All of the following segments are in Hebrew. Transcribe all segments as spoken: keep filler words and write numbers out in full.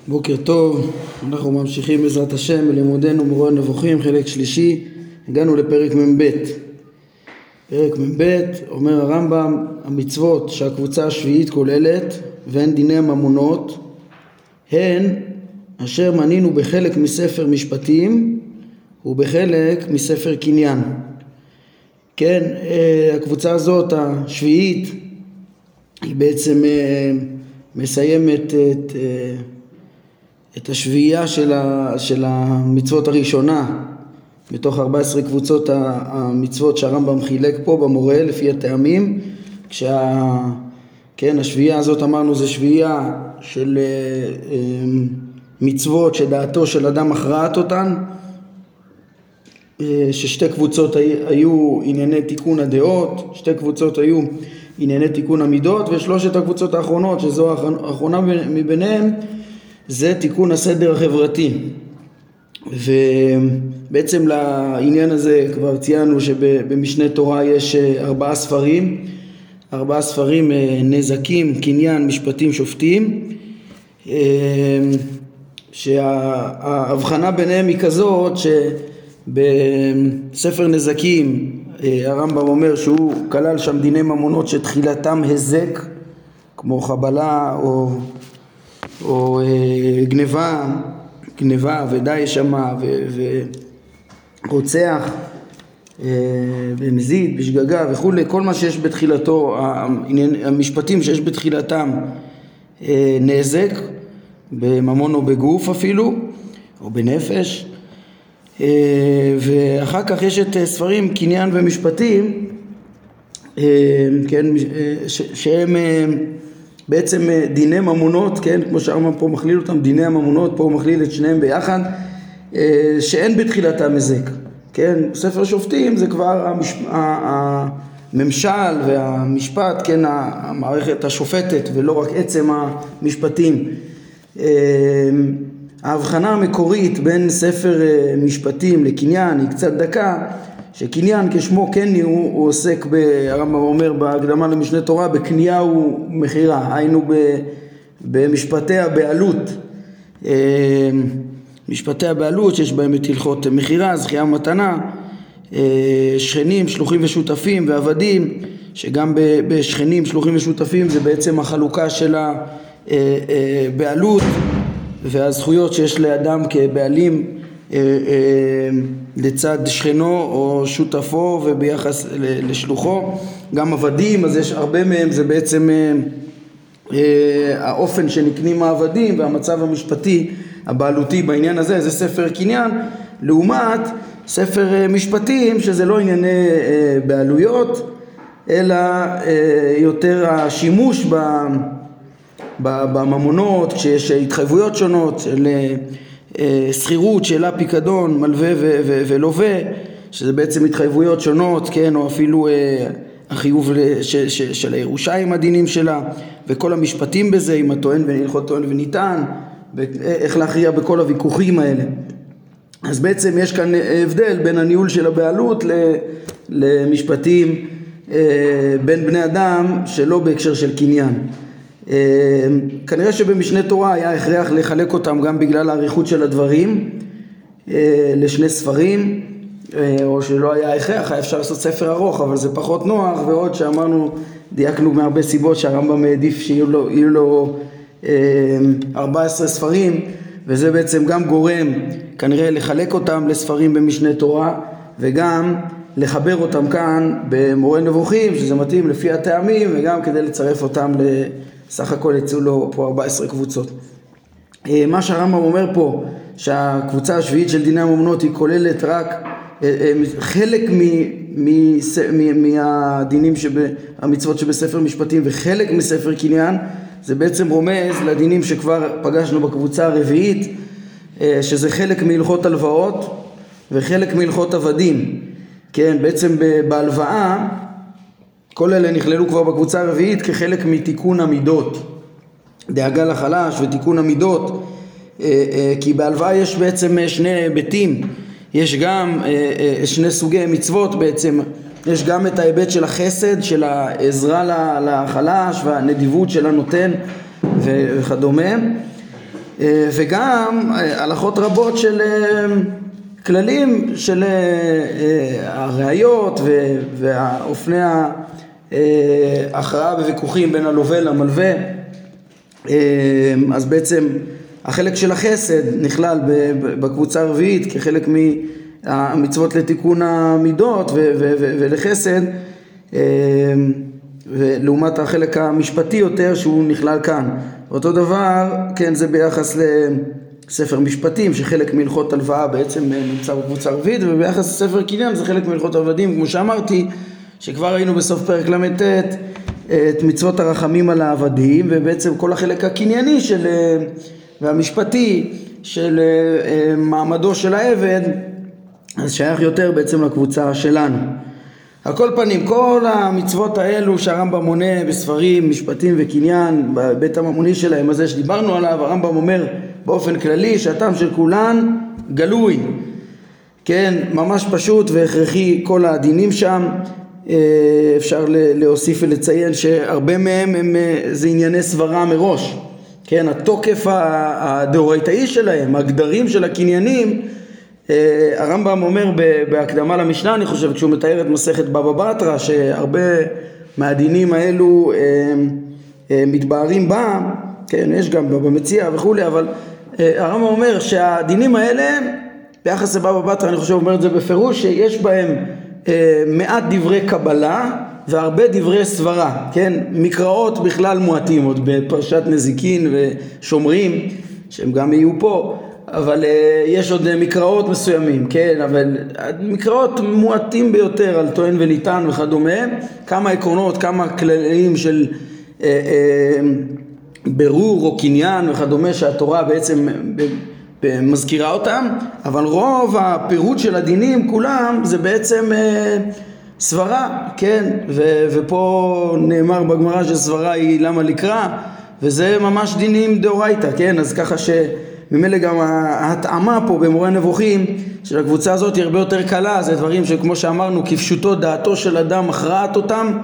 בוקר טוב, אנחנו ממשיכים בעזרת השם בלימודנו מורה נבוכים חלק שלישי. הגענו לפרק מ"ב. פרק מ"ב אומר הרמב"ם: המצוות שהקבוצה השביעית כוללת והן דיני הממונות הן אשר מנינו בחלק מספר משפטים ובחלק מספר קניין. כן, הקבוצה הזאת השביעית היא בעצם מסיימת את את השביעייה של ה, של המצוות הראשונה בתוך ארבע עשרה קבוצות המצוות שהרמב"ם חילק פה במורה לפי הטעמים. כשה כן, השביעייה הזאת אמרנו זה שביעייה של מצוות שדעתו של אדם הכרעת אותן, ששתי קבוצות היו ענייני תיקון הדעות, שתי קבוצות היו ענייני תיקון המידות, ושלושת הקבוצות האחרונות שזו האחרונה מביניהם זה תיקון הסדר החברתי. ובעצם לעניין הזה כבר ציינו שבמשנה תורה יש ארבעה ספרים, ארבעה ספרים: נזקים, קניין, משפטים, שופטים, שההבחנה ביניהם היא כזאת שבספר נזקים הרמב"ם אומר שהוא כלל שם דיני ממונות שתחילתם הזק, כמו חבלה או או גניבה, גניבה ודאי שמה ורוצח ומזיד בשגגה וכו', כל מה שיש בתחילתו, המשפטים שיש בתחילתם נזק בממון או בגוף אפילו או בנפש. ואחר כך יש את ספרים קניין ומשפטים, כן, שהם בעצם דיני ממונות, כן, כמו שהרמב"ם פה מכליל אותם, דיני הממונות, פה הוא מכליל את שניהם ביחד, שאין בתחילתם הזק. כן, ספר שופטים זה כבר המש... הממשל והמשפט, כן, המערכת השופטת ולא רק עצם המשפטים. ההבחנה המקורית בין ספר משפטים לקניין היא קצת דקה, שקניין כשמו קני הוא, הוא עוסק, הרמב"ם אומר בהקדמה למשנה תורה, בקנייה ומכירה, היינו במשפטי הבעלות, משפטי הבעלות שיש בהם את הלכות מכירה, זכייה ומתנה, שכנים, שלוחים ושותפים ועבדים, שגם בשכנים, שלוחים ושותפים זה בעצם החלוקה של הבעלות והזכויות שיש לאדם כבעלים לצד שכנו או שותפו וביחס לשלוחו. גם עבדים, אז יש הרבה מהם, זה בעצם האופן שנקנים העבדים והמצב המשפטי הבעלותי בעניין הזה, זה ספר קניין, לעומת ספר משפטים שזה לא ענייני בעלויות אלא יותר השימוש בממונות, כשיש התחייבויות שונות של שכירות, שאלה, פיקדון, מלווה ולווה, שזה בעצם התחייבויות שונות, כן, או אפילו החיוב של הירושה עם הדינים שלה, וכל המשפטים בזה, עם הטוען והלכות טוען וניתן, איך להכריע בכל הוויכוחים האלה. אז בעצם יש כאן הבדל בין הניהול של הבעלות למשפטים בין בני אדם שלא בהקשר של קניין. כנראה שבמשנה תורה היה הכרח לחלק אותם גם בגלל העריכות של הדברים לשני ספרים, או שלא היה הכרח, היה אפשר לעשות ספר ארוך אבל זה פחות נוח, ועוד שאמרנו דייקנו מהרבה סיבות שהרמב"ם העדיף שיהיו לו, יהיו לו ארבע עשרה ספרים, וזה בעצם גם גורם כנראה לחלק אותם לספרים במשנה תורה וגם לחבר אותם כאן במורה נבוכים שזה מתאים לפי הטעמים, וגם כדי לצרף אותם לסך הכל יצאו לו פה ארבע עשרה קבוצות. מה שהרמב"ם אומר פה שהקבוצה השביעית של דיני הממונות היא כוללת רק חלק מהדינים המצוות שבספר משפטים וחלק מספר קניין, זה בעצם רומז לדינים שכבר פגשנו בקבוצה הרביעית, שזה חלק מהלכות הלוואות וחלק מהלכות עבדים. כן, בעצם בהלוואה כל אלה נכללו כבר בקבוצה הרביעית כחלק מתיקון המידות, דאגה לחלש ותיקון המידות, כי בהלוואה יש בעצם שני היבטים, יש גם שני סוגי מצוות בעצם, יש גם את ההיבט של החסד, של העזרה לחלש והנדיבות של הנותן וכדומה, וגם הלכות רבות של כללים של הראיות והאופני ההכרעה בוויכוחים בין הלווה למלווה. אז בעצם החלק של החסד נכלל בקבוצה הרביעית כחלק מהמצוות לתיקון המידות ולחסד, ולעומת החלק המשפטי יותר שהוא נכלל כאן. אותו דבר, כן, זה ביחס לספר משפטים שחלק מהלכות הלוואה בעצם נמצא בקבוצה הרביעית, וביחס לספר קניין זה חלק מהלכות עבדים, כמו שאמרתי, שכבר ראינו בסוף פרק למ"ט את מצוות הרחמים על העבדים, ובעצם כל החלק הקנייני של והמשפטי של מעמדו של העבד אז שייך יותר בעצם לקבוצה שלנו. על כל פנים, כל המצוות האלו שהרמב"ם מונה בספרים, משפטים וקניין, בבית הממוני שלהם, הזה שדיברנו עליו, הרמב"ם אומר באופן כללי שהטעם של כולן גלוי. כן, ממש פשוט והכרחי כל הדינים שם. אפשר להוסיף ולציין שהרבה מהם הם, זה ענייני סברה מראש. כן, התוקף הדאורייתאי שלהם, הגדרים של הקניינים, הרמב"ם אומר בהקדמה למשנה, אני חושב, כשהוא מתאר את מסכת בבא בתרא, שהרבה מהדינים האלו מתבארים בה, כן, יש גם במציאה וכו', אבל הרמב"ם אומר שהדינים האלה, ביחס לבבא בתרא, אני חושב, אומר את זה בפירוש, שיש בהם מעט דברי קבלה והרבה דברי סברה, כן, מקראות בכלל מועטים, עוד בפרשת נזיקין ושומרים, שהם גם יהיו פה, אבל uh, יש עוד מקראות מסוימים, כן, אבל מקראות מועטים ביותר על טוען וניתן וכדומה, כמה עקרונות, כמה כללים של uh, uh, ברור או קניין וכדומה שהתורה בעצם מזכירה אותם, אבל רוב הפירוט של הדינים כולם זה בעצם uh, סברה, כן, ו- ופה נאמר בגמרא שסברה היא למה לקרוא, וזה ממש דינים דאורייתא, כן, אז ככה ש... ממילא גם ההתאמה פה במורה נבוכים של הקבוצה הזאת היא הרבה יותר קלה, זה דברים שכמו שאמרנו כפשוטו דעתו של אדם הכרעת אותם,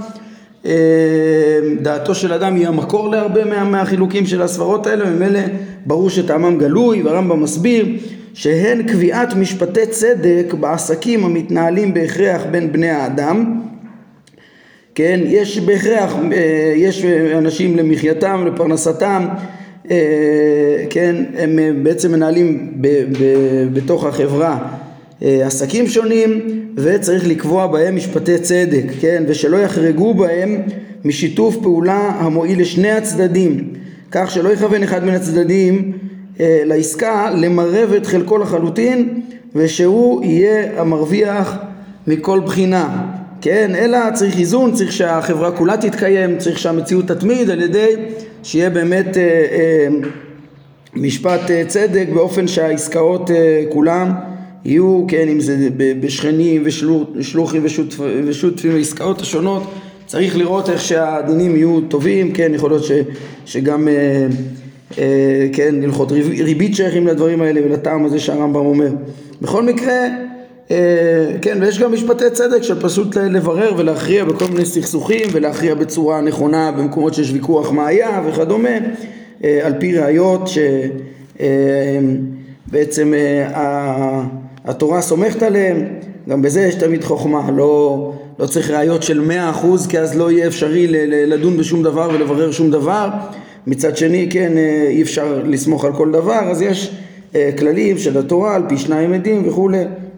דעתו של אדם היא המקור להרבה מה, מהחילוקים של הסברות האלה, ממילא ברור שטעמם גלוי, והרמב"ם מסביר שהן קביעת משפטי צדק בעסקים המתנהלים בהכרח בין בני האדם, כן, יש בהכרח, יש אנשים למחייתם, לפרנסתם, כן, הם בעצם מנהלים ב, ב, בתוך החברה עסקים שונים, וצריך לקבוע בהם משפטי צדק, כן, ושלא יחרגו בהם משיתוף פעולה המועיל לשני הצדדים, כך שלא יכוון אחד מן הצדדים לעסקה למרב את חלקו לחלוטין, ושהוא יהיה המרוויח מכל בחינה, כן, אלא צריך איזון, צריך שהחברה כולה תתקיים, צריך שהמציאות תתמיד על ידי שיהיה באמת אה, אה, משפט אה, צדק באופן שהעסקאות אה, כולם יהיו, כן, אם זה בשכנים ושלוחים ושותפים ועסקאות השונות, צריך לראות איך שהדינים יהיו טובים, כן, יכול להיות ש, שגם אה, אה, כן, הלכות ריבית שייכים לדברים האלה ולטעם הזה שהרמב"ם אומר. בכל מקרה, כן, ויש גם משפטי צדק של פשוט לברר ולהכריע בכל מיני סכסוכים ולהכריע בצורה נכונה במקומות שיש ויכוח מה היה וכדומה, על פי ראיות שבעצם התורה סומכת עליהם. גם בזה יש תמיד חוכמה, לא, לא צריך ראיות של מאה אחוז, כי אז לא יהיה אפשרי לדון בשום דבר ולברר שום דבר. מצד שני, כן, אי אפשר לסמוך על כל דבר, אז יש כללים של התורה על פי שניים עדים וכו'.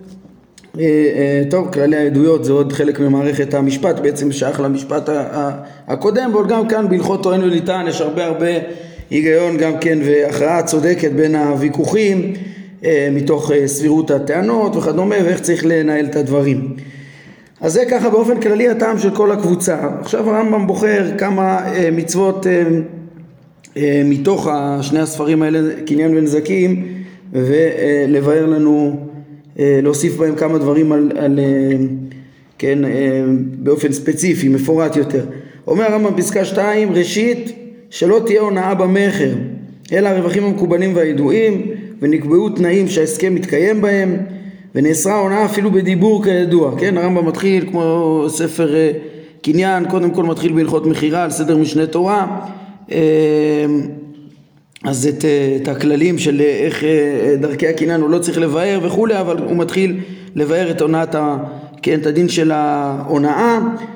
טוב, כללי העדויות זה עוד חלק ממערכת המשפט, בעצם שייך למשפט הקודם, אבל גם כאן בהלכות טוען וניתן יש הרבה הרבה היגיון גם כן והכרעה צודקת בין הוויכוחים מתוך סבירות הטענות וכדומה, ואיך צריך לנהל את הדברים. אז זה ככה באופן כללי הטעם של כל הקבוצה. עכשיו הרמב"ם בוחר כמה מצוות מתוך שני הספרים האלה, קניין ונזקים, ולבאר לנו, להוסיף בהם כמה דברים על, על כן, באופן ספציפי, מפורט יותר. אומר הרמב"ם פסקה שתיים, ראשית, שלא תהיה הונאה במחר, אלא הרווחים המקובלים והידועים, ונקבעו תנאים שההסכם מתקיים בהם, ונאסרה הונאה אפילו בדיבור כידוע. כן, הרמב"ם מתחיל כמו ספר קניין, קודם כל מתחיל בהלכות מחירה על סדר משנה תורה, אז את, את הכללים של איך דרכי הקניין הוא לא צריך לבאר וכולי, אבל הוא מתחיל לבאר את עונת, כן, את הדין של ההונאה.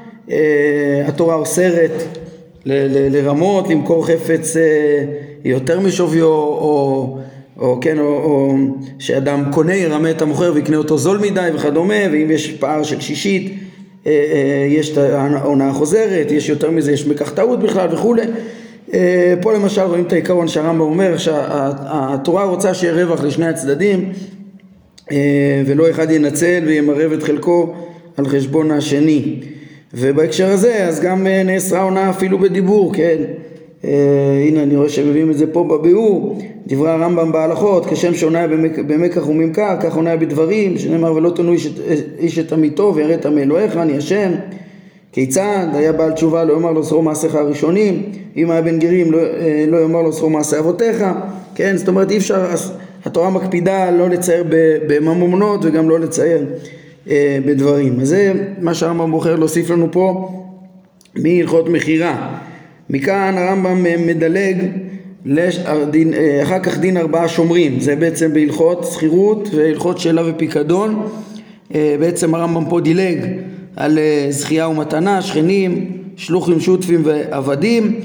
התורה אוסרת ל, ל, לרמות, למכור חפץ יותר משוויו, או, או, כן, או, או שאדם קונה ירמה את המוכר ויקנה אותו זול מדי וכדומה, ואם יש פער של שישית יש את ההונאה חוזרת, יש יותר מזה, יש מקח טעות בכלל וכולי. פה למשל רואים את העיקרון שהרמב"ם אומר שהתורה רוצה שיהיה רווח לשני הצדדים, ולא אחד ינצל וימרב את חלקו על חשבון השני. ובהקשר הזה אז גם נאסרה הונאה אפילו בדיבור, כן? הנה אני רואה שמביאים את זה פה בביאור, דברי הרמב"ם בהלכות, כשם שהונאה במקח וממכר, כך הונאה בדברים, שנאמר ולא תונו איש, איש את עמיתו וירא את עמי אלוהיך, אני השם. כיצד? היה בעל תשובה לא יאמר לו שכור מעשיך הראשונים, אם היה בן גרים לא, לא יאמר לו שכור מעשי אבותיך, כן? זאת אומרת אי אפשר, התורה מקפידה לא לצייר בממונות וגם לא לצייר אה, בדברים. אז זה מה שהרמב"ם בוחר להוסיף לנו פה מהלכות מחירה. מכאן הרמב"ם מדלג לדין, אחר כך דין ארבעה שומרים, זה בעצם בהלכות שכירות והלכות שאלה ופיקדון. בעצם הרמב"ם פה דילג על זכייה ומתנה, שכנים, שלוחים, שותפים ועבדים.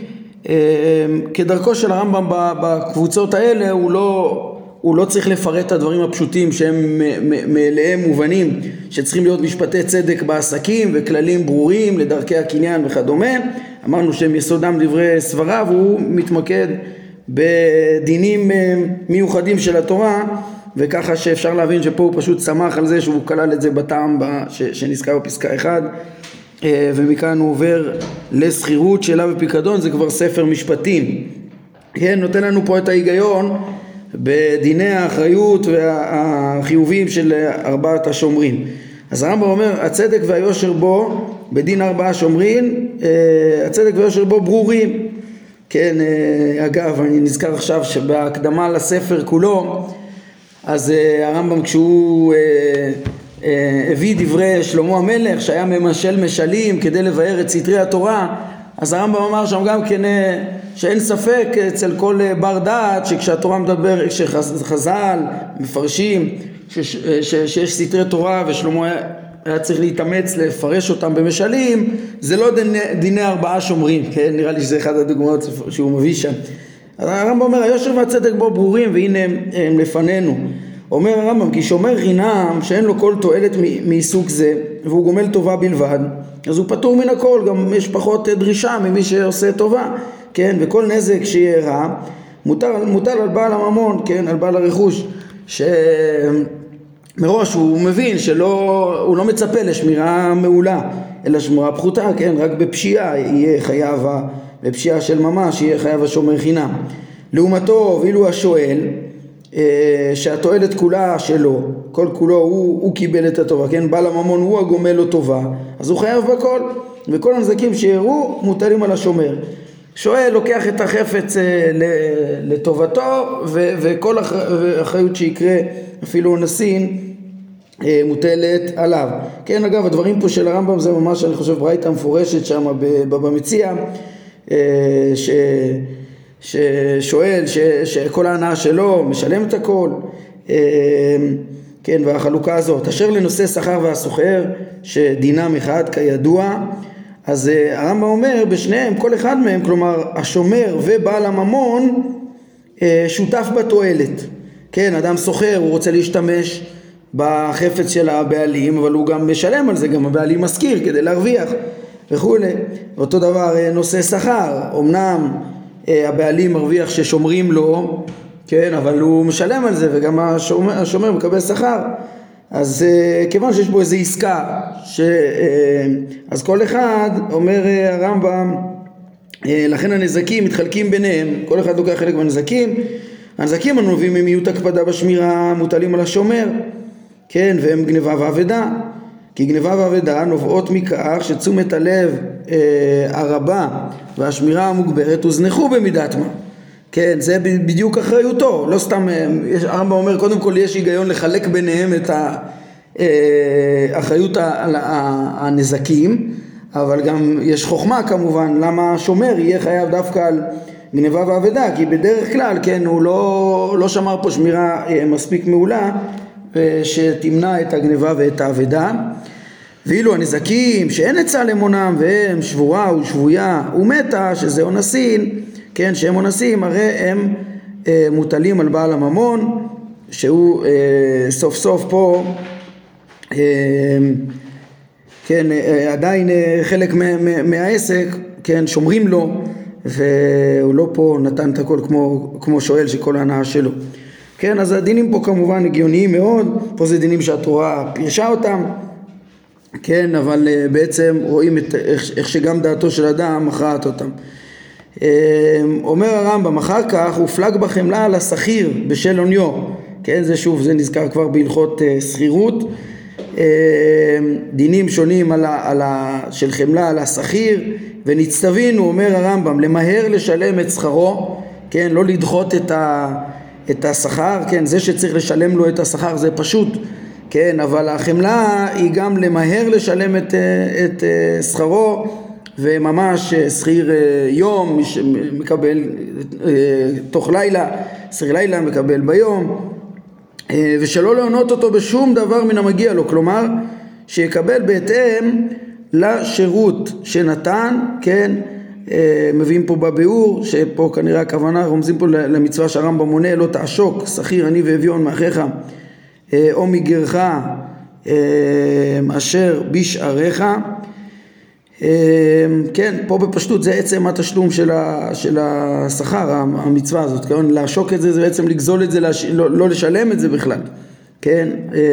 כדרכו של הרמב"ם בקבוצות האלה הוא לא, הוא לא צריך לפרט את הדברים הפשוטים שהם מאליהם מובנים, שצריכים להיות משפטי צדק בעסקים וכללים ברורים לדרכי הקניין וכדומה. אמרנו שהם יסודם דברי סברה, והוא מתמקד בדינים מיוחדים של התורה, וככה שאפשר להבין שפה הוא פשוט שמח על זה שהוא כלל את זה בטעם שנזכר בפסקה אחד. ומכאן הוא עובר לסחירות, שאלה ופיקדון, זה כבר ספר משפטים, כן, נותן לנו פה את ההיגיון בדיני האחריות והחיובים של ארבעת השומרים. אז הרמב"ם אומר הצדק והיושר בו בדין ארבעה שומרים, הצדק והיושר בו ברורים, כן. אגב אני נזכר עכשיו שבהקדמה לספר כולו, אז הרמב"ם כשהוא הביא דברי שלמה המלך שהיה ממשל משלים כדי לבאר את סתרי התורה, אז הרמב"ם אמר שם גם כן שאין ספק אצל כל בר דעת שכשהתורה מדבר, כשחז"ל מפרשים שיש, שיש סתרי תורה ושלמה היה צריך להתאמץ לפרש אותם במשלים, זה לא דיני, דיני ארבעה שומרים, כן? נראה לי שזה אחד הדוגמאות שהוא מביא שם. הרמב"ם אומר היושר והצדק בו ברורים והנה הם, הם לפנינו. אומר הרמב"ם כי שומר חינם שאין לו כל תועלת מסוג זה והוא גומל טובה בלבד, אז הוא פטור מן הכל, גם יש פחות דרישה ממי שעושה טובה, כן? וכל נזק שיהיה רע מוטל, מוטל על בעל הממון, כן? על בעל הרכוש, שמראש הוא מבין שלא, הוא לא מצפה לשמירה מעולה אלא שמורה פחותה, כן? רק בפשיעה יהיה חייב, בפשיעה של ממש יהיה חייב השומר חינם. לעומתו ואילו השואל שהתועלת כולה שלו, כל כולו הוא, הוא קיבל את הטובה, כן? בעל הממון הוא הגומל לו טובה, אז הוא חייב בכל, וכל הנזקים שיראו מוטלים על השומר. שואל לוקח את החפץ לטובתו, ו- וכל האחריות שיקרה אפילו נסין מוטלת עליו, כן. אגב הדברים פה של הרמב"ם זה ממש אני חושב ברייתא מפורשת שם במציע, ש... ששואל ש... שכל ההנאה שלו משלם את הכל, כן. והחלוקה הזאת אשר לנושא שכר והסוחר שדינם אחד כידוע, אז הרמב"ם אומר בשניהם כל אחד מהם, כלומר השומר ובעל הממון שותף בתועלת, כן. אדם סוחר הוא רוצה להשתמש בחפץ של הבעלים, אבל הוא גם משלם על זה, גם הבעלים מזכיר כדי להרוויח וכו'. אותו דבר נושא שכר, אמנם הבעלים מרוויח ששומרים לו, כן, אבל הוא משלם על זה וגם השומר, השומר מקבל שכר. אז כיוון שיש בו איזו עסקה ש... אז כל אחד, אומר הרמב"ם, לכן הנזקים מתחלקים ביניהם, כל אחד לוקח חלק בנזקים. הנזקים הנובעים ממיעוט הקפדה בשמירה מוטלים על השומר, כן, והם גניבה ועבדה, כי גניבה ועבדה נובעות מכך שתשומת הלב אה, הרבה והשמירה המוגברת הוזנחו במידת מה, כן. זה בדיוק אחריותו, לא סתם, יש, הרמב"ם אומר קודם כל יש היגיון לחלק ביניהם את האחריות על הנזקים, אבל גם יש חוכמה כמובן למה השומר יהיה חייב דווקא על גניבה ואבדה, כי בדרך כלל, כן, הוא לא, לא שמר פה שמירה מספיק מעולה שתמנע את הגניבה ואת האבדה. ואילו הנזקים שאין עצה למונם והם שבורה ושבויה ומתה, שזה אונסין, כן, שהם אונסים, הרי הם אה, מוטלים על בעל הממון, שהוא אה, סוף סוף פה אה, כן, אה, עדיין אה, חלק מה, מה, מהעסק, כן, שומרים לו, והוא לא פה נתן את הכל כמו, כמו שואל שכל ההנאה שלו. כן, אז הדינים פה כמובן הגיוניים מאוד, פה זה דינים שהתורה פירשה אותם, כן, אבל uh, בעצם רואים את, איך, איך שגם דעתו של אדם מכרעת אותם. Uh, אומר הרמב"ם, אחר כך הופלג בחמלה על השכיר בשל עוניו, כן, זה שוב, זה נזכר כבר בהלכות uh, שכירות, uh, דינים שונים על ה, על ה, של חמלה על השכיר, ונצטווינו, אומר הרמב"ם, למהר לשלם את שכרו, כן, לא לדחות את, ה, את השכר, כן, זה שצריך לשלם לו את השכר זה פשוט, כן, אבל החמלה היא גם למהר לשלם את, את שכרו, וממש שכיר יום מקבל תוך לילה, שכיר לילה מקבל ביום, ושלא להונות אותו בשום דבר מן המגיע לו, כלומר שיקבל בהתאם לשירות שנתן, כן, מביאים פה בביאור, שפה כנראה הכוונה, רומזים פה למצווה שהרמב"ם מונה, לא תעשוק שכיר עני ואביון מאחיך או מגרך אשר בשעריך. כן, פה בפשטות זה עצם התשלום של, ה, של השכר, המצווה הזאת, כן? לעשוק את זה זה בעצם לגזול את זה, לש, לא, לא לשלם את זה בכלל, כן,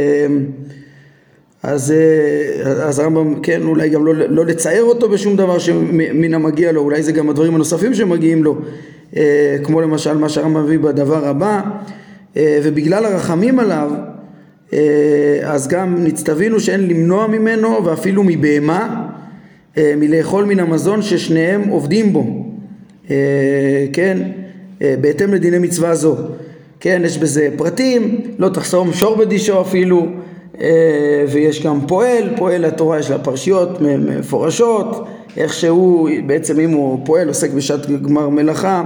אז, אז הרמב"ם, כן, אולי גם לא, לא לצייר אותו בשום דבר שמן המגיע לו, אולי זה גם הדברים הנוספים שמגיעים לו, כמו למשל מה שהרמב"ם מביא בדבר הבא, ובגלל הרחמים עליו, אז גם נצטווינו שאין למנוע ממנו ואפילו מבהמה מלאכול מן המזון ששניהם עובדים בו, כן, בהתאם לדיני מצווה זו, כן, יש בזה פרטים, לא תחסום שור בדישו אפילו, ויש גם פועל, פועל התורה יש לה פרשיות מפורשות, איך שהוא בעצם אם הוא פועל עוסק בשעת גמר מלאכה,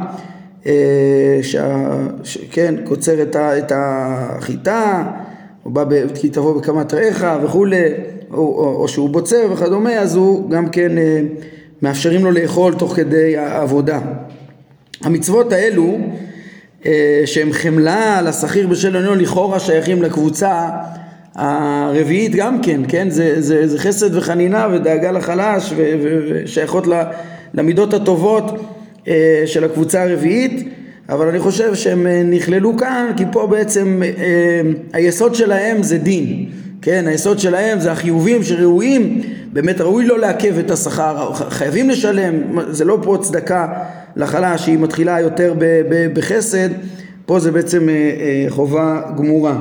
כן, קוצר את החיטה, או בא כי תבוא בכמה תריך וכו', או, או, או שהוא בוצר וכדומה, אז הוא גם כן מאפשרים לו לאכול תוך כדי העבודה. המצוות האלו שהם חמלה על השכיר בשל עוניו לכאורה שייכים לקבוצה הרביעית גם כן, כן, זה, זה, זה חסד וחנינה ודאגה לחלש ושייכות למידות הטובות של הקבוצה הרביעית, אבל אני חושב שהם נכללו כאן כי פה בעצם היסוד שלהם זה דין, כן, היסוד שלהם זה החיובים שראויים, באמת ראוי לא לעכב את השכר, חייבים לשלם, זה לא פה צדקה לחלש שהיא מתחילה יותר בחסד, פה זה בעצם חובה גמורה.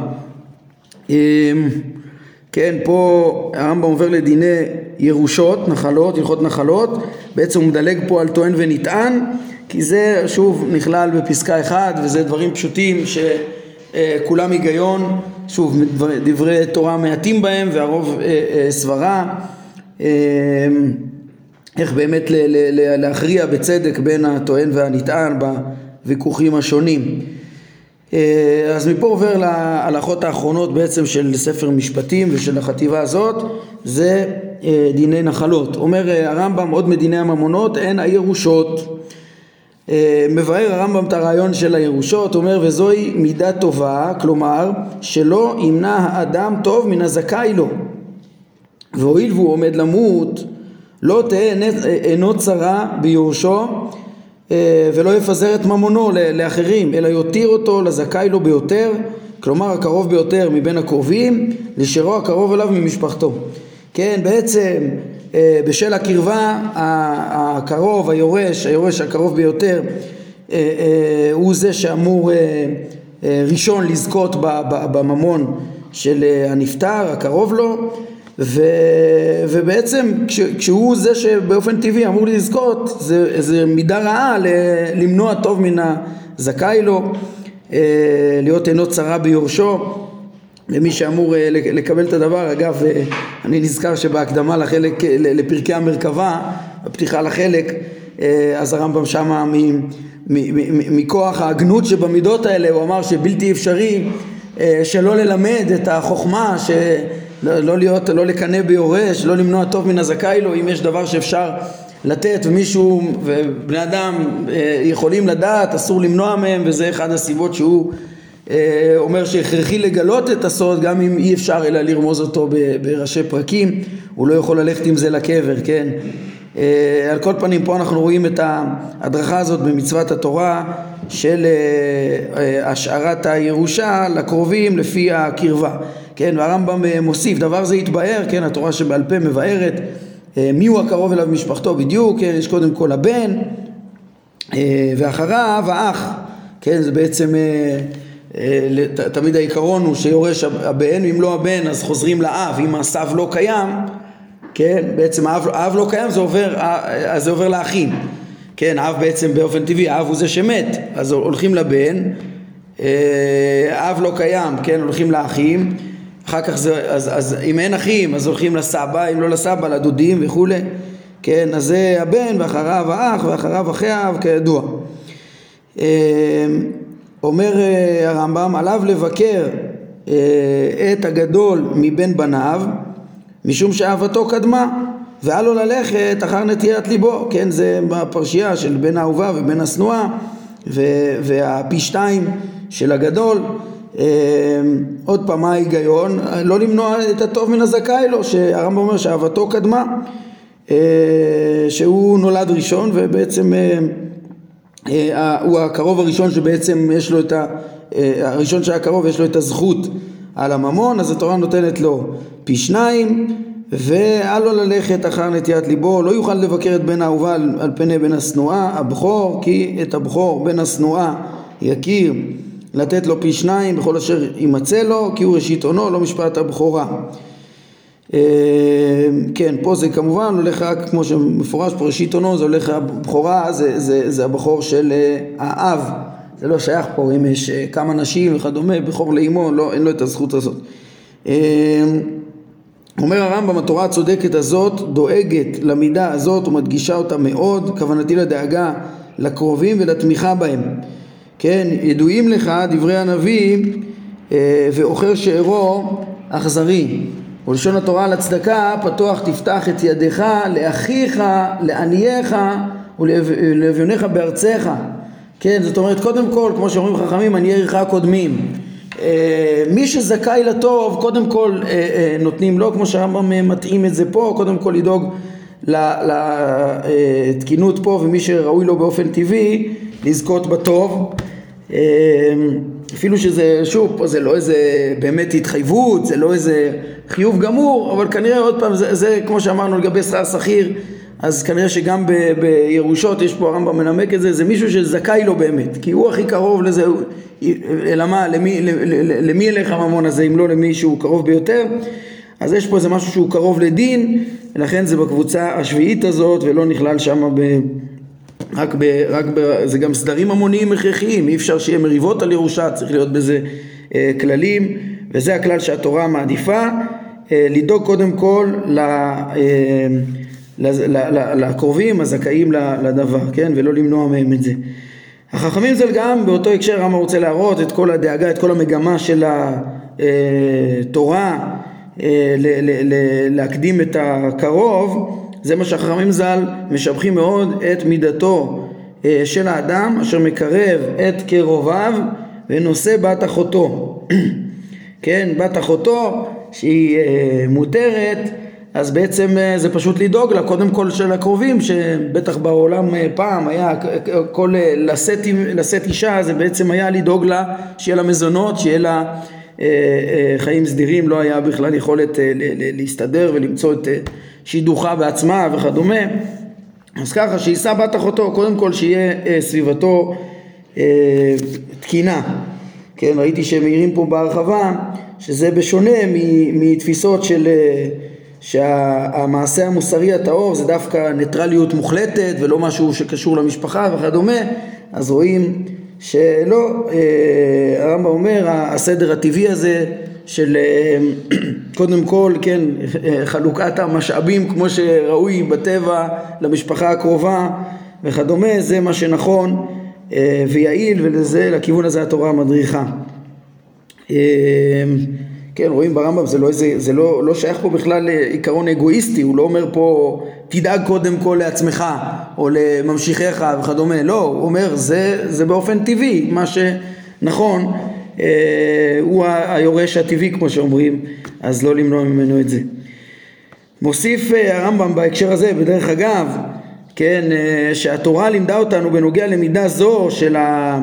כן, פה הרמב"ם עובר לדיני ירושות, נחלות, הלכות נחלות, בעצם הוא מדלג פה על טוען ונטען, כי זה שוב נכלל בפסקה אחד, וזה דברים פשוטים שכולם היגיון, שוב דברי, דברי תורה מעטים בהם והרוב סברה, איך באמת ל- ל- להכריע בצדק בין הטוען והנטען בוויכוחים השונים. אז מפה עובר להלכות האחרונות בעצם של ספר משפטים ושל החטיבה הזאת, זה דיני נחלות. אומר הרמב"ם עוד מדיני הממונות הן הירושות. מבאר הרמב"ם את הרעיון של הירושות, אומר וזוהי מידה טובה, כלומר שלא ימנע האדם טוב מן הזכאי לו, והואיל והוא עומד למות לא תהיה אינו צרה ביורשו ולא יפזר את ממונו לאחרים, אלא יותיר אותו לזכאי לו ביותר, כלומר הקרוב ביותר מבין הקרובים, לשרו הקרוב אליו ממשפחתו. כן, בעצם בשל הקרבה הקרוב, היורש, היורש הקרוב ביותר, הוא זה שאמור ראשון לזכות בממון של הנפטר, הקרוב לו, ו, ובעצם כש, כשהוא זה שבאופן טבעי אמור לזכות, זה, זה מידה רעה ל, למנוע טוב מן הזכאי לו, להיות אינו צרה ביורשו, למי שאמור לקבל את הדבר. אגב, אני נזכר שבהקדמה לחלק, לפרקי המרכבה, בפתיחה לחלק, אז הרמב"ם שמה מכוח ההגנות שבמידות האלה, הוא אמר שבלתי אפשרי שלא ללמד את החוכמה, שלא להיות, לא לקנא ביורש, לא למנוע טוב מן הזכאי לו. אם יש דבר שאפשר לתת ומישהו ובני אדם יכולים לדעת, אסור למנוע מהם, וזה אחד הסיבות שהוא אומר שהכרחי לגלות את הסוד, גם אם אי אפשר אלא לרמוז אותו בראשי פרקים. הוא לא יכול ללכת עם זה לקבר, כן? על כל פנים, פה אנחנו רואים את ההדרכה הזאת במצוות התורה של השארת הירושה לקרובים לפי הקרבה, כן? והרמב"ם מוסיף, דבר זה יתבאר, כן? התורה שבעל פה מבארת מי הוא הקרוב אליו משפחתו בדיוק, כן? יש קודם כל הבן ואחריו האח, כן? זה בעצם תמיד העיקרון הוא שיורש הבן, ואם לא הבן אז חוזרים לאב, אם הסב לא קיים, כן, בעצם האב, האב לא קיים, זה עובר, אז זה עובר לאחים, כן, האב בעצם באופן טבעי, האב הוא זה שמת, אז הולכים לבן, האב לא קיים, כן, הולכים לאחים, אחר כך זה, אז, אז אם אין אחים, אז הולכים לסבא, אם לא לסבא, לדודים וכו', כן, אז זה הבן, ואחריו האח, ואחריו אחי האב, כידוע. אומר הרמב"ם, עליו לבקר את הגדול מבין בניו, משום שאהבתו קדמה, ועל לו ללכת אחר נטיית ליבו, כן, זה בפרשייה של בן האהובה ובן השנואה, והפי שתיים של הגדול. עוד פעם, מה ההיגיון? לא למנוע את הטוב מן הזכאי לו, שהרמב"ם אומר שאהבתו קדמה, שהוא נולד ראשון, ובעצם הוא הקרוב הראשון שבעצם יש לו את ה... הראשון שהיה קרוב יש לו את הזכות על הממון, אז התורה נותנת לו פי שניים, ועל לו ללכת אחר נטיית ליבו, לא יוכל לבקר את בן האהובה על, על פני בן השנואה, הבכור, כי את הבכור בן השנואה יכיר לתת לו פי שניים בכל אשר יימצא לו, כי הוא ראשית עונו, לא משפט הבכורה. כן, פה זה כמובן הולך רק כמו שמפורש פה ראשית עונו, זה הולך הבכורה, זה, זה, זה הבכור של האב, זה לא שייך פה אם יש כמה נשים וכדומה, בכור לאמו, לא, אין לו את הזכות הזאת. אומר הרמב"ם, התורה הצודקת הזאת דואגת למידה הזאת ומדגישה אותה מאוד, כוונתי לדאגה לקרובים ולתמיכה בהם. כן, ידועים לך דברי הנביא, ואוכר שארו אכזרי. ולשון התורה על הצדקה, פתוח תפתח את ידיך לאחיך, לענייך ולאביונך בארצך. כן, זאת אומרת, קודם כל, כמו שאומרים חכמים, עניי עירך קודמים. מי שזכאי לטוב, קודם כל נותנים לו, כמו שהרמב"ם מתאים את זה פה, קודם כל לדאוג לתקינות פה, ומי שראוי לו באופן טבעי, לזכות בטוב. אפילו שזה, שוב, פה זה לא איזה באמת התחייבות, זה לא איזה חיוב גמור, אבל כנראה עוד פעם, זה, זה כמו שאמרנו לגבי שכר שכיר, אז כנראה שגם ב, בירושות, יש פה הרמב"ם מנמק את זה, זה מישהו שזכאי לו באמת, כי הוא הכי קרוב לזה, אלא מה, למי, למי ילך הממון הזה, אם לא למי שהוא קרוב ביותר, אז יש פה איזה משהו שהוא קרוב לדין, ולכן זה בקבוצה השביעית הזאת, ולא נכלל שם ב... רק ב, רק ב, זה גם סדרים המוניים הכרחיים, אי אפשר שיהיה מריבות על ירושה, צריך להיות בזה אה, כללים, וזה הכלל שהתורה מעדיפה, אה, לדאוג קודם כל ל, אה, ל, ל, ל, לקרובים, הזכאים לדבר, כן? ולא למנוע מהם את זה. החכמים זה גם באותו הקשר, הרמב"ם רוצה להראות את כל הדאגה, את כל המגמה של התורה, אה, ל, ל, ל, להקדים את הקרוב, זה מה שהחכמים ז"ל משבחים מאוד את מידתו של האדם אשר מקרב את קרוביו ונושא בת אחותו. כן, בת אחותו שהיא מותרת, אז בעצם זה פשוט לדאוג לה קודם כל של הקרובים, שבטח בעולם פעם היה כל לשאת, לשאת אישה, זה בעצם היה לדאוג לה שיהיה לה מזונות, שיהיה לה חיים סדירים, לא היה בכלל יכולת להסתדר ולמצוא את שידוכה בעצמה וכדומה. אז ככה שישא בת אחותו, קודם כל שיהיה סביבתו תקינה. כן, ראיתי שהם מעירים פה בהרחבה שזה בשונה מתפיסות של שהמעשה המוסרי הטהור זה דווקא ניטרליות מוחלטת ולא משהו שקשור למשפחה וכדומה. אז רואים שלא, הרמב"ם אומר הסדר הטבעי הזה של קודם כל, כן, חלוקת המשאבים כמו שראוי בטבע למשפחה הקרובה וכדומה, זה מה שנכון ויעיל, ולזה, לכיוון הזה התורה המדריכה. כן, רואים ברמב"ם, זה לא, איזה, זה לא, לא שייך פה בכלל לעיקרון אגואיסטי, הוא לא אומר פה תדאג קודם כל לעצמך או לממשיכיך וכדומה, לא, הוא אומר זה, זה באופן טבעי, מה שנכון, אה, הוא היורש הטבעי כמו שאומרים, אז לא למנוע ממנו את זה. מוסיף הרמב"ם בהקשר הזה, בדרך אגב, כן, שהתורה לימדה אותנו בנוגע למידה זו של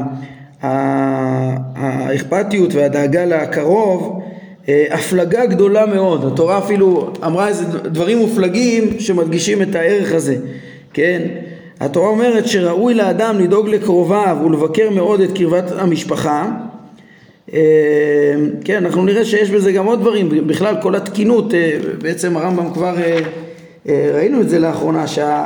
האכפתיות והדאגה לקרוב, הפלגה גדולה מאוד. התורה אפילו אמרה איזה דברים מופלגים שמדגישים את הערך הזה, כן? התורה אומרת שראוי לאדם לדאוג לקרוביו ולבקר מאוד את קרבת המשפחה. כן, אנחנו נראה שיש בזה גם עוד דברים, בכלל כל התקינות, בעצם הרמב"ם כבר ראינו את זה לאחרונה,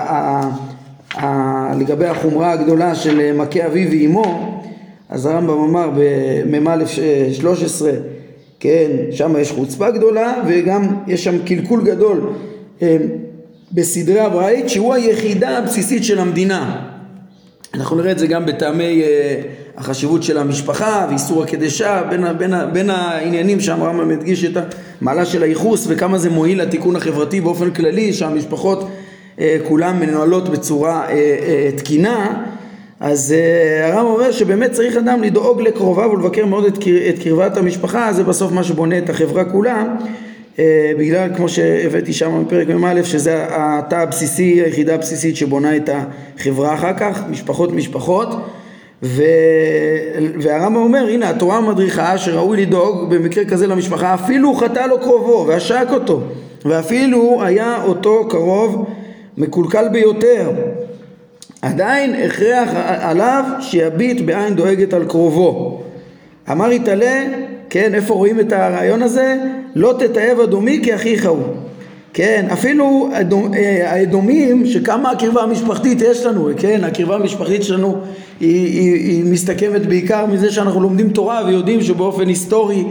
שלגבי החומרה הגדולה של מכה אביו ואימו, אז הרמב"ם אמר במ"א שלוש עשרה, כן, שם יש חוצפה גדולה וגם יש שם קלקול גדול בסדרי הבית, שהוא היחידה הבסיסית של המדינה. אנחנו נראה את זה גם בטעמי החשיבות של המשפחה ואיסור הקדשה, בין, בין, בין העניינים שהרמב"ם מדגיש את המעלה של הייחוס וכמה זה מועיל לתיקון החברתי באופן כללי, שהמשפחות כולם מנוהלות בצורה תקינה. אז הרמב"ם אומר שבאמת צריך אדם לדאוג לקרוביו ולבקר מאוד את, את קרבת המשפחה, זה בסוף מה שבונה את החברה כולה, בגלל כמו שהבאתי שם בפרק ממאלף, שזה התא הבסיסי, היחידה הבסיסית שבונה את החברה אחר כך, משפחות משפחות. ו... והרמב"ם אומר, הנה התורה מדריכה שראוי לדאוג במקרה כזה למשפחה, אפילו חטא לו קרובו ועשק אותו, ואפילו היה אותו קרוב מקולקל ביותר, עדיין הכרח עליו שיביט בעין דואגת על קרובו. אמר יתעלה, כן, איפה רואים את הרעיון הזה? לא תתאהב אדומי כי אחיך הוא. כן, אפילו האדומים, שכמה הקרבה המשפחתית יש לנו, כן, הקרבה המשפחתית שלנו היא, היא, היא מסתכמת בעיקר מזה שאנחנו לומדים תורה ויודעים שבאופן היסטורי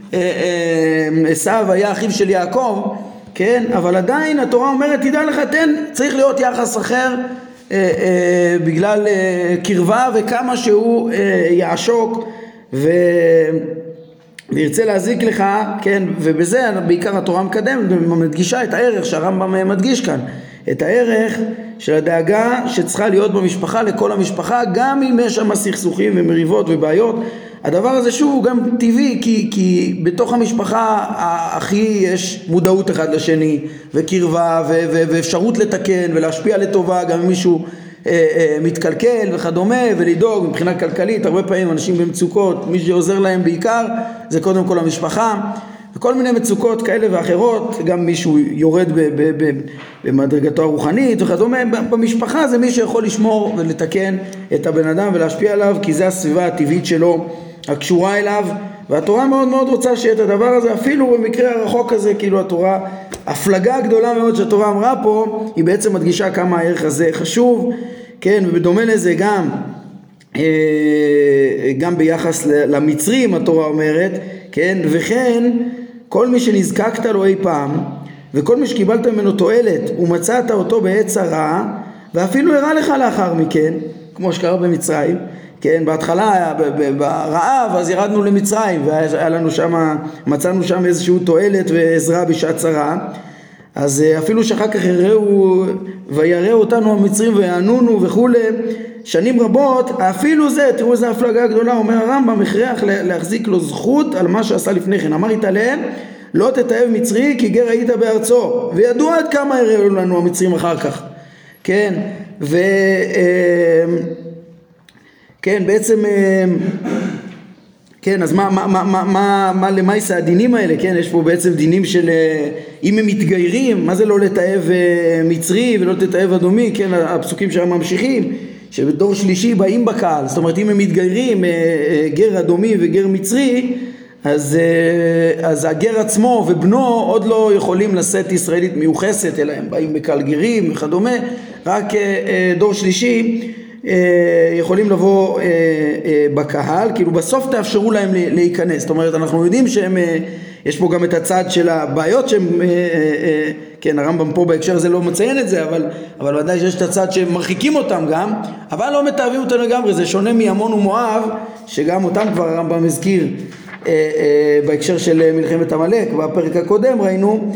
עשיו היה אחיו של יעקב, כן, אבל עדיין התורה אומרת, תדע לך, תן, צריך להיות יחס אחר, אה, אה, בגלל אה, קרבה וכמה שהוא אה, יעשוק ו... וירצה להזיק לך, כן, ובזה בעיקר התורה מקדמת ומדגישה את הערך שהרמב"ם מדגיש כאן, את הערך של הדאגה שצריכה להיות במשפחה לכל המשפחה, גם אם יש שם סכסוכים ומריבות ובעיות. הדבר הזה שוב גם טבעי, כי, כי בתוך המשפחה הכי יש מודעות אחד לשני וקרבה ו- ו- ואפשרות לתקן ולהשפיע לטובה גם אם מישהו אה, אה, מתקלקל וכדומה, ולדאוג מבחינה כלכלית. הרבה פעמים אנשים במצוקות, מי שעוזר להם בעיקר זה קודם כל המשפחה, וכל מיני מצוקות כאלה ואחרות, גם מישהו יורד ב- ב- ב- במדרגתו הרוחנית וכדומה, במשפחה זה מי שיכול לשמור ולתקן את הבן אדם ולהשפיע עליו, כי זה הסביבה הטבעית שלו הקשורה אליו, והתורה מאוד מאוד רוצה שיהיה את הדבר הזה, אפילו במקרה הרחוק הזה. כאילו התורה, הפלגה גדולה מאוד שהתורה אמרה פה, היא בעצם מדגישה כמה הערך הזה חשוב, כן, ובדומה לזה גם גם ביחס למצרים התורה אומרת, כן, וכן כל מי שנזקקת לו אי פעם וכל מי שקיבלת ממנו תועלת ומצאת אותו בעת צרה ואפילו הראה לך לאחר מכן, כמו שקרה במצרים, כן, בהתחלה ברעב אז ירדנו למצרים והיה לנו שם, מצאנו שם איזשהו תועלת ועזרה בשעת צרה, אז אפילו שאחר כך יראו ויראה אותנו המצרים ויענונו וכו' שנים רבות, אפילו זה, תראו איזה הפלגה גדולה, אומר הרמב"ם, הכרח להחזיק לו זכות על מה שעשה לפני כן. אמר יתעלה, לא תתאהב מצרי כי גר היית בארצו, וידוע עד כמה יראו לנו המצרים אחר כך, כן, ו... כן, בעצם, כן, אז מה, מה, מה, מה, מה, מה למעשה הדינים האלה, כן, יש פה בעצם דינים של, אם הם מתגיירים, מה זה לא לתאהב מצרי ולא תתאהב אדומי, כן, הפסוקים שהם ממשיכים, שבדור שלישי באים בקהל, זאת אומרת אם הם מתגיירים, גר אדומי וגר מצרי, אז, אז הגר עצמו ובנו עוד לא יכולים לשאת ישראלית מיוחסת, אלא הם באים בקהל גרים וכדומה, רק דור שלישי יכולים לבוא בקהל, כאילו בסוף תאפשרו להם להיכנס. זאת אומרת, אנחנו יודעים שהם, יש פה גם את הצד של הבעיות שהם, כן, הרמב"ם פה בהקשר הזה לא מציין את זה, אבל, אבל ודאי שיש את הצד שמרחיקים אותם גם, אבל לא מתאהבים אותם לגמרי. זה שונה מעמון ומואב, שגם אותם כבר הרמב"ם הזכיר בהקשר של מלחמת עמלק, בפרק הקודם ראינו,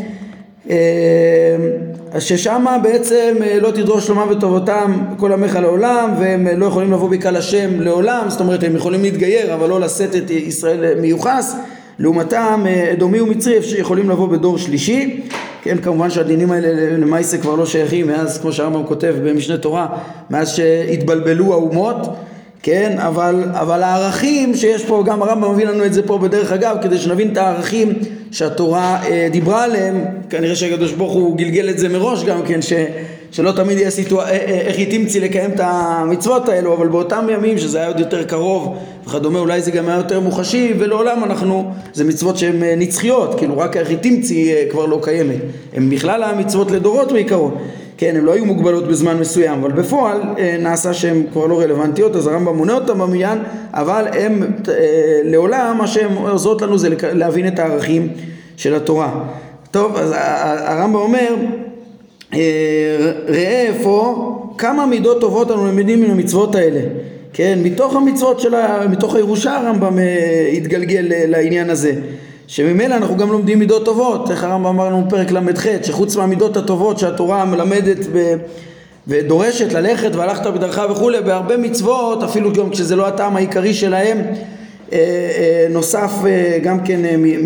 ששם בעצם לא תדרוש שלומם וטובתם כל עמך לעולם, והם לא יכולים לבוא בקהל השם לעולם. זאת אומרת, הם יכולים להתגייר אבל לא לשאת את ישראל מיוחס. לעומתם אדומי ומצרי שיכולים לבוא בדור שלישי. כן, כמובן שהדינים האלה למעשה כבר לא שייכים מאז, כמו שהרמב"ם כותב במשנה תורה, מאז שהתבלבלו האומות. כן, אבל, אבל הערכים שיש פה, גם הרמב"ם מביא לנו את זה פה בדרך אגב, כדי שנבין את הערכים שהתורה אה, דיברה עליהם. כנראה שהקדוש ברוך הוא גלגל את זה מראש גם כן, ש, שלא תמיד יהיה סיטואר... איך היא תמציא לקיים את המצוות האלו, אבל באותם ימים שזה היה עוד יותר קרוב וכדומה, אולי זה גם היה יותר מוחשי, ולעולם אנחנו, זה מצוות שהן נצחיות, כאילו רק איך היא תמציא כבר לא קיימת. הם בכלל המצוות לדורות בעיקרון. כן, הם לא היו מוגבלות בזמן מסוים, אבל בפועל אה, נעשה שהן כבר לא רלוונטיות, אז הרמב"ם מונה אותם במניין, אבל הם אה, לעולם, מה שהן עוזרות לנו זה להבין את הערכים של התורה. טוב, אז הרמב"ם אומר, אה, ראה איפה, כמה מידות טובות אנו למדים מן המצוות האלה. כן, מתוך המצוות שלה, מתוך הירושה הרמב"ם אה, התגלגל לעניין הזה. שממילא אנחנו גם לומדים מידות טובות. איך הרמב"ם אמרנו בפרק למד ח' שחוץ מהמידות הטובות שהתורה מלמדת ב... ודורשת ללכת והלכת בדרכה וכו', בהרבה מצוות, אפילו גם כשזה לא הטעם העיקרי שלהם, נוסף גם כן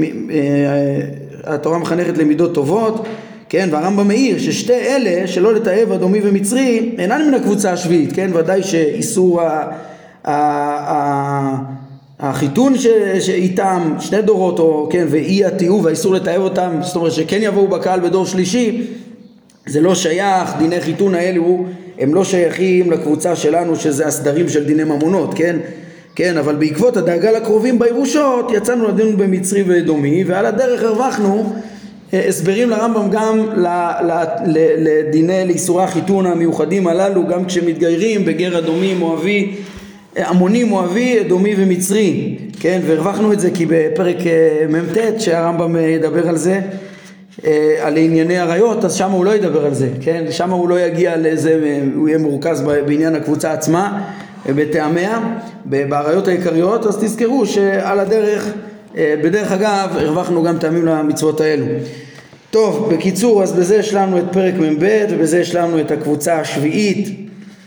התורה מחנכת למידות טובות. כן, והרמב"ם מעיר ששתי אלה שלא לתאהב אדומי ומצרי אינן מן הקבוצה השביעית. כן, ודאי שאיסור ה... ה... ה... החיתון ש... שאיתם שני דורות, או כן, ואי התיעוב והאיסור לתאהב אותם, זאת אומרת שכן יבואו בקהל בדור שלישי, זה לא שייך. דיני חיתון האלו הם לא שייכים לקבוצה שלנו, שזה הסדרים של דיני ממונות. כן, כן, אבל בעקבות הדאגה לקרובים בירושות יצאנו לדין במצרי ואדומי, ועל הדרך הרווחנו הסברים לרמב"ם גם ל... ל... ל... לדיני לאיסורי החיתון המיוחדים הללו, גם כשמתגיירים בגר אדומי מואבי, עמוני מואבי, אדומי ומצרי. כן, והרווחנו את זה כי בפרק ממתת שהרמב"ם ידבר על זה, על ענייני עריות, אז שם הוא לא ידבר על זה. כן, שם הוא לא יגיע לזה, הוא יהיה מורכז בעניין הקבוצה עצמה בטעמיה, בעריות העיקריות. אז תזכרו שעל הדרך, בדרך אגב, הרווחנו גם טעמים למצוות האלו. טוב, בקיצור, אז בזה יש לנו את פרק ממבט, ובזה יש לנו את הקבוצה השביעית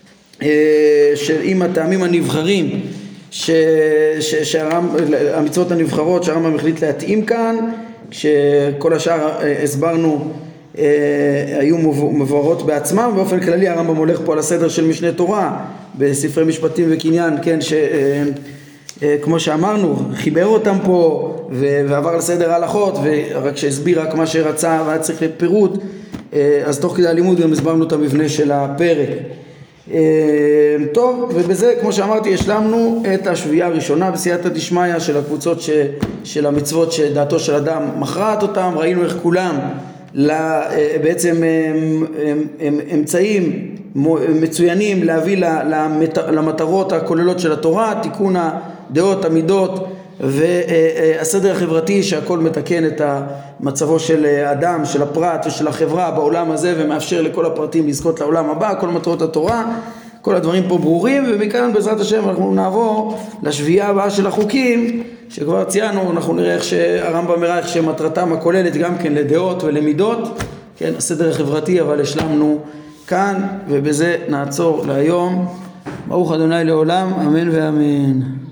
עם הטעמים הנבחרים, ש, ש, שהרמ, המצוות הנבחרות שהרמב"ם החליט להתאים כאן, שכל השאר הסברנו היו מבוארות בעצמם. באופן כללי הרמב"ם הולך פה על הסדר של משנה תורה בספרי משפטים וקניין, כן, שכמו שאמרנו חיבר אותם פה ועבר על סדר ההלכות, ורק שהסביר רק מה שרצה והיה צריך לפירוט, אז תוך כדי הלימוד גם הסברנו את המבנה של הפרק. טוב, ובזה כמו שאמרתי השלמנו את השביעייה הראשונה בסייעתא דשמיא של הקבוצות ש, של המצוות שדעתו של אדם מכרעת אותם. ראינו איך כולם בעצם אמצעים מצוינים להביא למטרות הכוללות של התורה, תיקון הדעות, המידות והסדר החברתי, שהכל מתקן את מצבו של האדם, של הפרט ושל החברה בעולם הזה, ומאפשר לכל הפרטים לזכות לעולם הבא. כל מטרות התורה, כל הדברים פה ברורים, ומכאן בעזרת השם אנחנו נעבור לשביעייה הבאה של החוקים שכבר ציינו. אנחנו נראה איך שהרמב"ם מראה איך שמטרתם הכוללת גם כן לדעות ולמידות, כן, הסדר החברתי, אבל השלמנו כאן, ובזה נעצור להיום. ברוך ה' לעולם, אמן ואמן.